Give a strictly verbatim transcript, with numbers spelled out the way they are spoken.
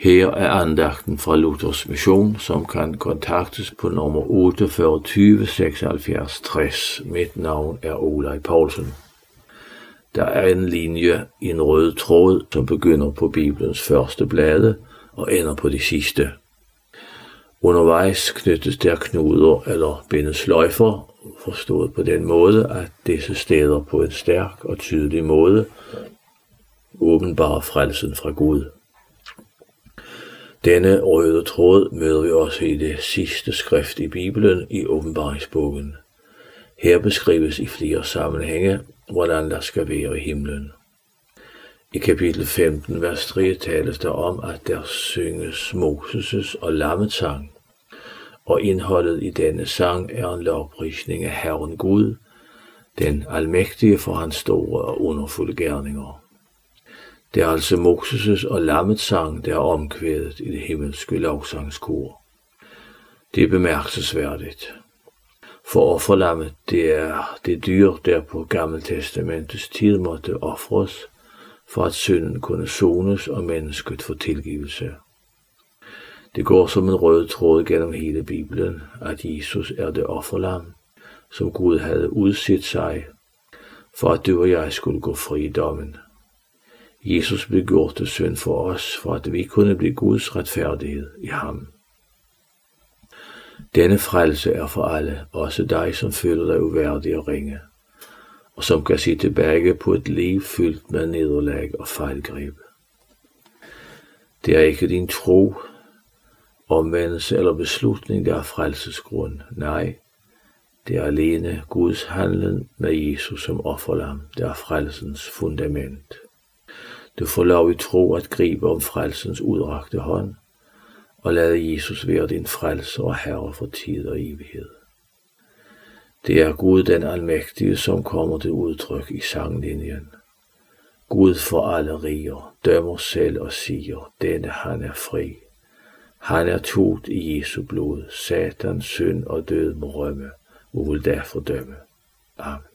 Her er andagten fra Luthers Mission, som kan kontaktes på nummer otteogfyrre tyve seksoghalvfjerds tres. Mit navn er Olaj Poulsen. Der er en linje i en rød tråd, som begynder på Bibelens første blade og ender på de sidste. Undervejs knyttes der knuder eller bindesløjfer, forstået på den måde, at disse steder på en stærk og tydelig måde åbenbarer frelsen fra Gud. Denne røde tråd møder vi også i det sidste skrift i Bibelen i Åbenbaringsbogen. Her beskrives i flere sammenhænge, hvordan der skal være i himlen. I kapitel femten, vers tre, tales der om, at der synges Moses' og lammets sang, og indholdet i denne sang er en lovprisning af Herren Gud, den almægtige for hans store og underfulde gerninger. Det er altså Moses' og lammets sang, der er omkvædet i det himmelske lovsangskor. Det er bemærkelsesværdigt. For offerlammet, det er det dyr, der på Gammeltestamentets tid måtte ofres, for at synden kunne sones og mennesket få tilgivelse. Det går som en rød tråd gennem hele Bibelen, at Jesus er det offerlam, som Gud havde udset sig, for at du og jeg skulle gå fri i dommen. Jesus blev gjort til synd for os, for at vi kunne blive Guds retfærdighed i ham. Denne frelse er for alle, også dig, som føler dig uværdig og ringe, og som kan se tilbage på et liv fyldt med nederlag og fejlgreb. Det er ikke din tro, omvendelse eller beslutning, der er frelsesgrund. Nej, det er alene Guds handlen med Jesus som offerlam, der er frelsens fundament. Du får lov i tro at gribe om frelsens udrakte hånd, og lade Jesus være din frelser og herre for tid og evighed. Det er Gud den almægtige, som kommer til udtryk i sanglinjen. Gud for alle riger, dømmer selv og siger, denne han er fri. Han er tot i Jesu blod, Satans synd og død må rømme, og vil derfor dømme. Amen.